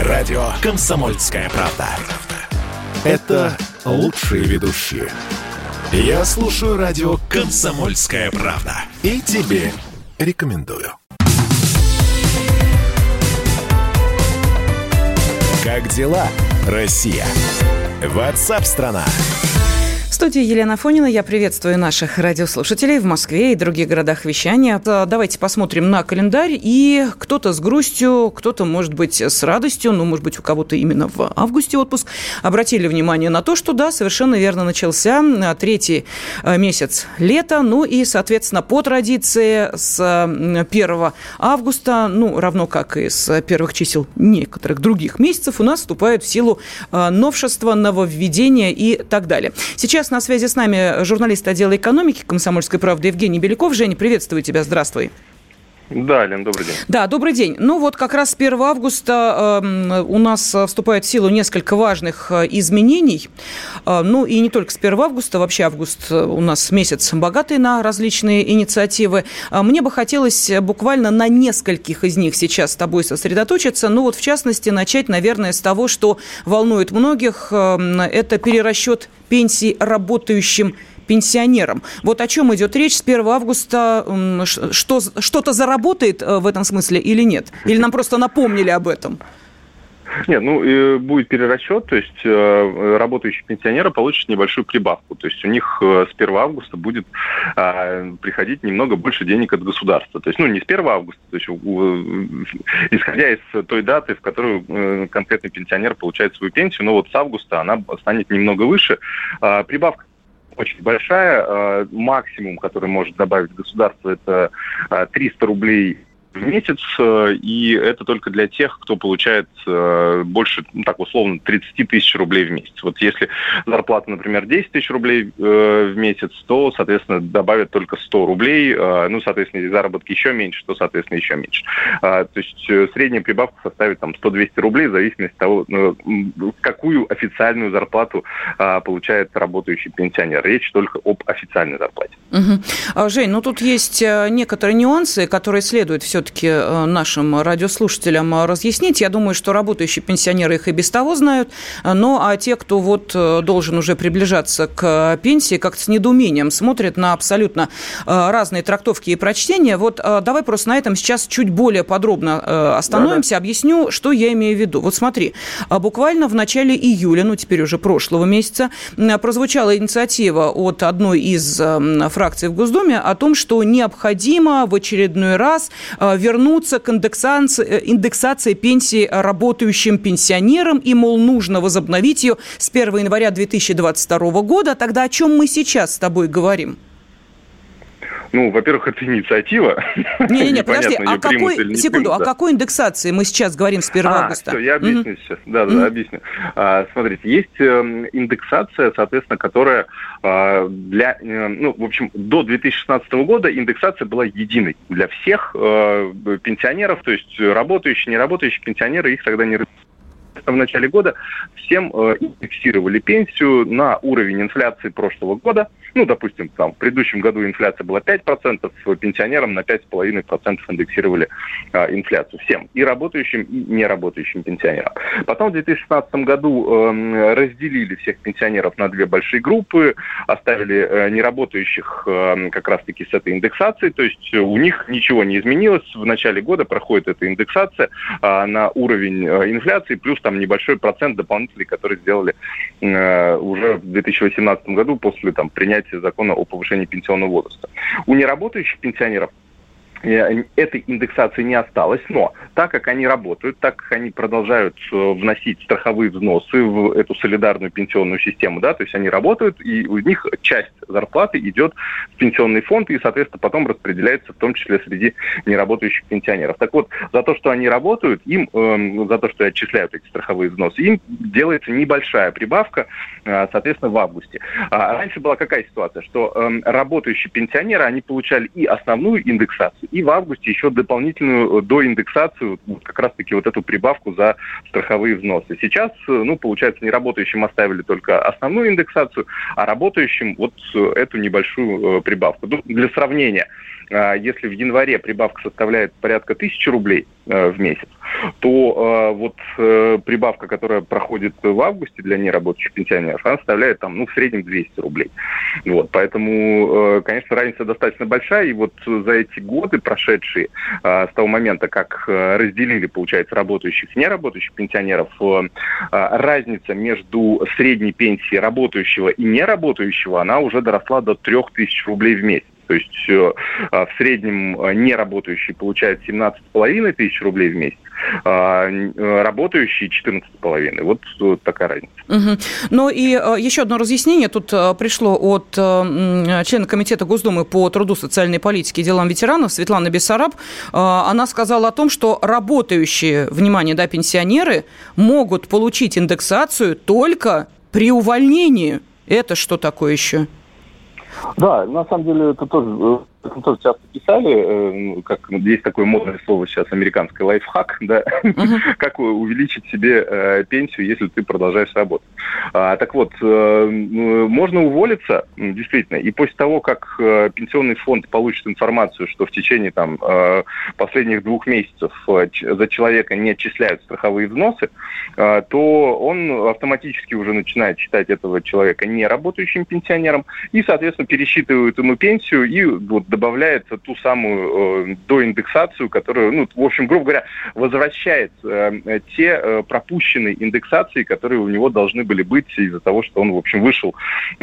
Радио «Комсомольская правда». Это лучшие ведущие. Я слушаю радио «Комсомольская правда». И тебе рекомендую. Как дела, Россия? WhatsApp-страна. В студии Елена Афонина. Я приветствую наших радиослушателей в Москве и других городах вещания. Давайте посмотрим на календарь. И кто-то с грустью, кто-то, может быть, с радостью, может быть, у кого-то именно в августе отпуск, обратили внимание на то, что, да, совершенно верно, начался третий месяц лета. И, соответственно, по традиции с 1 августа, равно как и с первых чисел некоторых других месяцев, у нас вступают в силу новшества, нововведения и так далее. Сейчас на связи с нами журналист отдела экономики «Комсомольской правды» Евгений Беляков. Женя, приветствую тебя, здравствуй. Да, Лен, добрый день. Да, добрый день. Как раз с 1 августа у нас вступает в силу несколько важных изменений. И не только с 1 августа, вообще август у нас месяц богатый на различные инициативы. Мне бы хотелось буквально на нескольких из них сейчас с тобой сосредоточиться. В частности, начать, наверное, с того, что волнует многих. Это перерасчет пенсий работающим пенсионерам. О чем идет речь с 1 августа? Что-то заработает в этом смысле или нет? Или нам просто напомнили об этом? Нет, будет перерасчет, то есть работающие пенсионеры получат небольшую прибавку. То есть у них с 1 августа будет приходить немного больше денег от государства. То есть, не с 1 августа, то есть исходя из той даты, в которую конкретный пенсионер получает свою пенсию, но с августа она станет немного выше. Прибавка очень большая. Максимум, который может добавить государство, это 300 рублей в месяц, и это только для тех, кто получает больше, условно, 30 тысяч рублей в месяц. Если зарплата, например, 10 тысяч рублей в месяц, то, соответственно, добавят только 100 рублей, соответственно, если заработки еще меньше, то, соответственно, еще меньше. То есть средняя прибавка составит 100-200 рублей, в зависимости от того, какую официальную зарплату получает работающий пенсионер. Речь только об официальной зарплате. Угу. Жень, тут есть некоторые нюансы, которые следует все-таки нашим радиослушателям разъяснить. Я думаю, что работающие пенсионеры их и без того знают, а те, кто должен уже приближаться к пенсии, как-то с недоумением смотрят на абсолютно разные трактовки и прочтения. Давай просто на этом сейчас чуть более подробно остановимся, объясню, что я имею в виду. Смотри, буквально в начале июля, теперь уже прошлого месяца, прозвучала инициатива от одной из фракций в Госдуме о том, что необходимо в очередной раз вернуться к индексации пенсии работающим пенсионерам и, нужно возобновить ее с 1 января 2022 года. Тогда о чем мы сейчас с тобой говорим? Во-первых, это инициатива. Не, подожди, о какой индексации мы сейчас говорим с 1 августа? Я объясню сейчас. Да, объясню. Смотрите, есть индексация, соответственно, которая до 2016 года индексация была единой для всех пенсионеров, то есть работающие, неработающие пенсионеры, их тогда не в начале года всем индексировали пенсию на уровень инфляции прошлого года. Допустим, в предыдущем году инфляция была 5%, пенсионерам на 5,5% индексировали инфляцию всем, и работающим, и неработающим пенсионерам. Потом в 2016 году разделили всех пенсионеров на две большие группы, оставили неработающих как раз-таки с этой индексацией, то есть у них ничего не изменилось. В начале года проходит эта индексация на уровень инфляции, плюс небольшой процент дополнительный, который сделали уже в 2018 году после принятия закона о повышении пенсионного возраста. У неработающих пенсионеров этой индексации не осталось, но так как они работают, так как они продолжают вносить страховые взносы в эту солидарную пенсионную систему, то есть они работают, и у них часть зарплаты идет в пенсионный фонд и, соответственно, потом распределяется в том числе среди неработающих пенсионеров. Так вот, за то, что они работают, им, за то, что отчисляют эти страховые взносы, им делается небольшая прибавка, соответственно, в августе. Раньше была какая ситуация, что работающие пенсионеры, они получали и основную индексацию, и в августе еще дополнительную доиндексацию, как раз-таки эту прибавку за страховые взносы. Сейчас, получается, неработающим оставили только основную индексацию, а работающим эту небольшую прибавку. Для сравнения, если в январе прибавка составляет порядка 1000 рублей в месяц, то прибавка, которая проходит в августе для неработающих пенсионеров, она составляет там, в среднем 200 рублей. Вот, поэтому, конечно, разница достаточно большая, и вот за эти годы, прошедшие с того момента, как разделили, получается, работающих и неработающих пенсионеров, разница между средней пенсией работающего и неработающего, она уже доросла до 3000 рублей в месяц. То есть в среднем неработающий получает 17,5 тысяч рублей в месяц, а работающий 14,5. Вот такая разница. Угу. Ну и еще одно разъяснение тут пришло от члена Комитета Госдумы по труду, социальной политике и делам ветеранов Светланы Бессараб. Она сказала о том, что работающие, внимание, пенсионеры могут получить индексацию только при увольнении. Это что такое еще? Да, на самом деле это тоже часто писали, как есть такое модное слово сейчас, американское лайфхак, да, как увеличить себе пенсию, если ты продолжаешь работать. Так вот, можно уволиться, действительно, и после того, как пенсионный фонд получит информацию, что в течение последних 2 месяцев за человека не отчисляют страховые взносы, то он автоматически уже начинает считать этого человека неработающим пенсионером и, соответственно, пересчитывает ему пенсию и добавляет ту самую доиндексацию, которую, в общем, грубо говоря, возвращает те пропущенные индексации, которые у него должны были быть из-за того, что он, в общем, вышел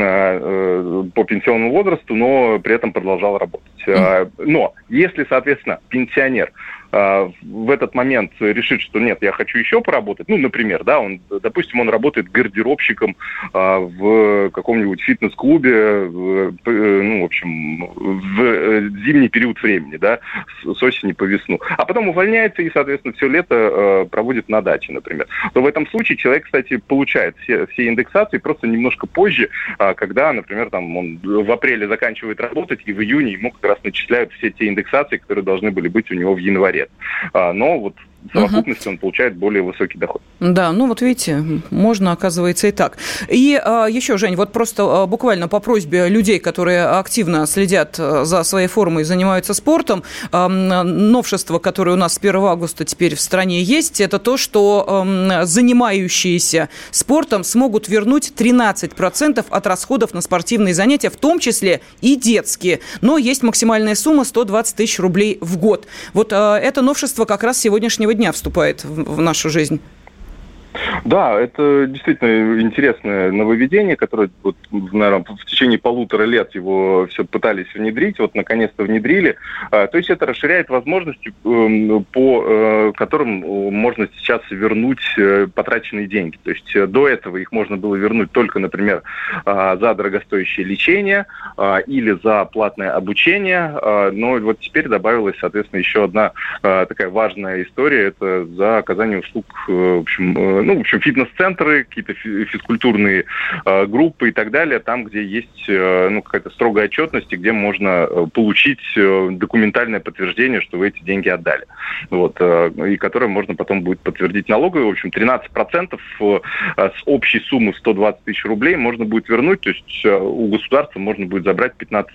по пенсионному возрасту, но при этом продолжал работать. Но если, соответственно, пенсионер в этот момент решит, что нет, я хочу еще поработать, например, да, допустим, он работает гардеробщиком в каком-нибудь фитнес-клубе, в общем, в зимний период времени, да, с осени по весну, а потом увольняется и, соответственно, все лето проводит на даче, например, то в этом случае человек, кстати, получает все индексации просто немножко позже, когда, например, он в апреле заканчивает работать, и в июне ему как раз начисляют все те индексации, которые должны были быть у него в январе. Но вот в совокупности он получает более высокий доход. Да, видите, можно, оказывается, и так. И еще, Жень, вот просто буквально по просьбе людей, которые активно следят за своей формой и занимаются спортом, новшество, которое у нас с 1 августа теперь в стране есть, это то, что занимающиеся спортом смогут вернуть 13% от расходов на спортивные занятия, в том числе и детские. Но есть максимальная сумма 120 тысяч рублей в год. Вот это новшество как раз с сегодняшнего дня вступает в нашу жизнь. Да, это действительно интересное нововведение, которое, наверное, в течение 1,5 лет его все пытались внедрить, наконец-то внедрили. То есть это расширяет возможности, по которым можно сейчас вернуть потраченные деньги. То есть до этого их можно было вернуть только, например, за дорогостоящее лечение или за платное обучение, но вот теперь добавилась, соответственно, еще одна такая важная история, это за оказание услуг, в общем, фитнес-центры, какие-то физкультурные группы и так далее, там, где есть какая-то строгая отчетность, и где можно получить документальное подтверждение, что вы эти деньги отдали. И которое можно потом будет подтвердить налоговой. В общем, 13% с общей суммы 120 тысяч рублей можно будет вернуть, то есть у государства можно будет забрать 15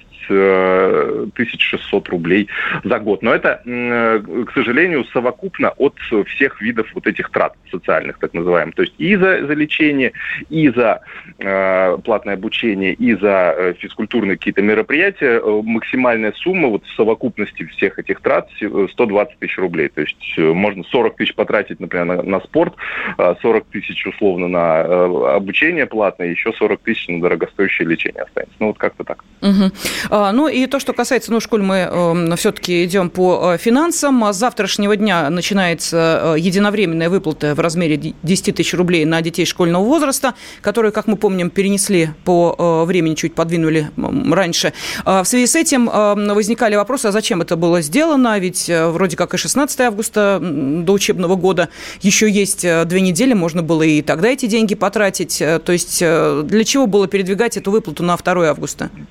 600 рублей за год. Но это, к сожалению, совокупно от всех видов этих трат социальных, так называемых. То есть и за лечение, и за платное обучение, и за физкультурные какие-то мероприятия максимальная сумма в совокупности всех этих трат 120 тысяч рублей. То есть можно 40 тысяч потратить, например, на спорт, 40 тысяч условно на обучение платное, еще 40 тысяч на дорогостоящее лечение останется. Как-то так. Угу. И то, что касается, школы, мы все-таки идем по финансам. С завтрашнего дня начинается единовременная выплата в размере 10 тысяч рублей на детей школьного возраста, которые, как мы помним, перенесли по времени, чуть подвинули раньше. В связи с этим возникали вопросы, а зачем это было сделано? Ведь вроде как и 16 августа до учебного года еще есть 2 недели, можно было и тогда эти деньги потратить. То есть для чего было передвигать эту выплату на 2 августа?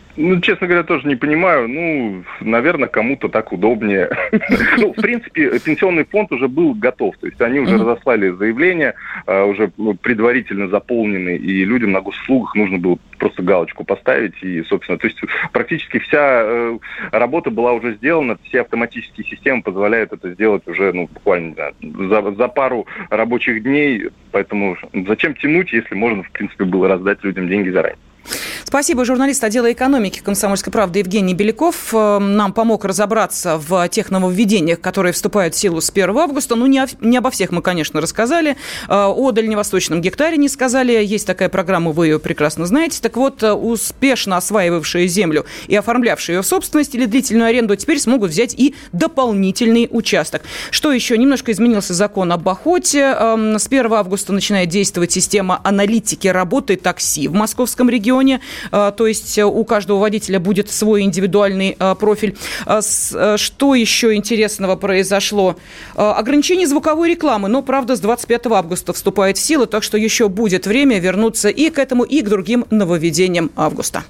Честно говоря, тоже не понимаю. Наверное, кому-то так удобнее. В принципе, пенсионный фонд уже был готов. То есть они уже разослали заявления, уже предварительно заполнены, и людям на госуслугах нужно было просто галочку поставить. И, собственно, то есть практически вся работа была уже сделана, все автоматические системы позволяют это сделать уже, буквально за пару рабочих дней. Поэтому зачем тянуть, если можно, в принципе, было раздать людям деньги заранее. Спасибо. Журналист отдела экономики «Комсомольской правды» Евгений Беляков нам помог разобраться в тех нововведениях, которые вступают в силу с 1 августа. Не обо всех мы, конечно, рассказали. О дальневосточном гектаре не сказали. Есть такая программа, вы ее прекрасно знаете. Так вот, успешно осваивавшие землю и оформлявшие ее в собственность или длительную аренду теперь смогут взять и дополнительный участок. Что еще? Немножко изменился закон об охоте. С 1 августа начинает действовать система аналитики работы такси в московском регионе. То есть у каждого водителя будет свой индивидуальный профиль. Что еще интересного произошло? Ограничение звуковой рекламы, но, правда, с 25 августа вступает в силу, так что еще будет время вернуться и к этому, и к другим нововведениям августа.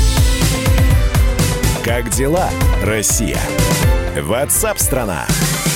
Как дела, Россия? WhatsApp-страна.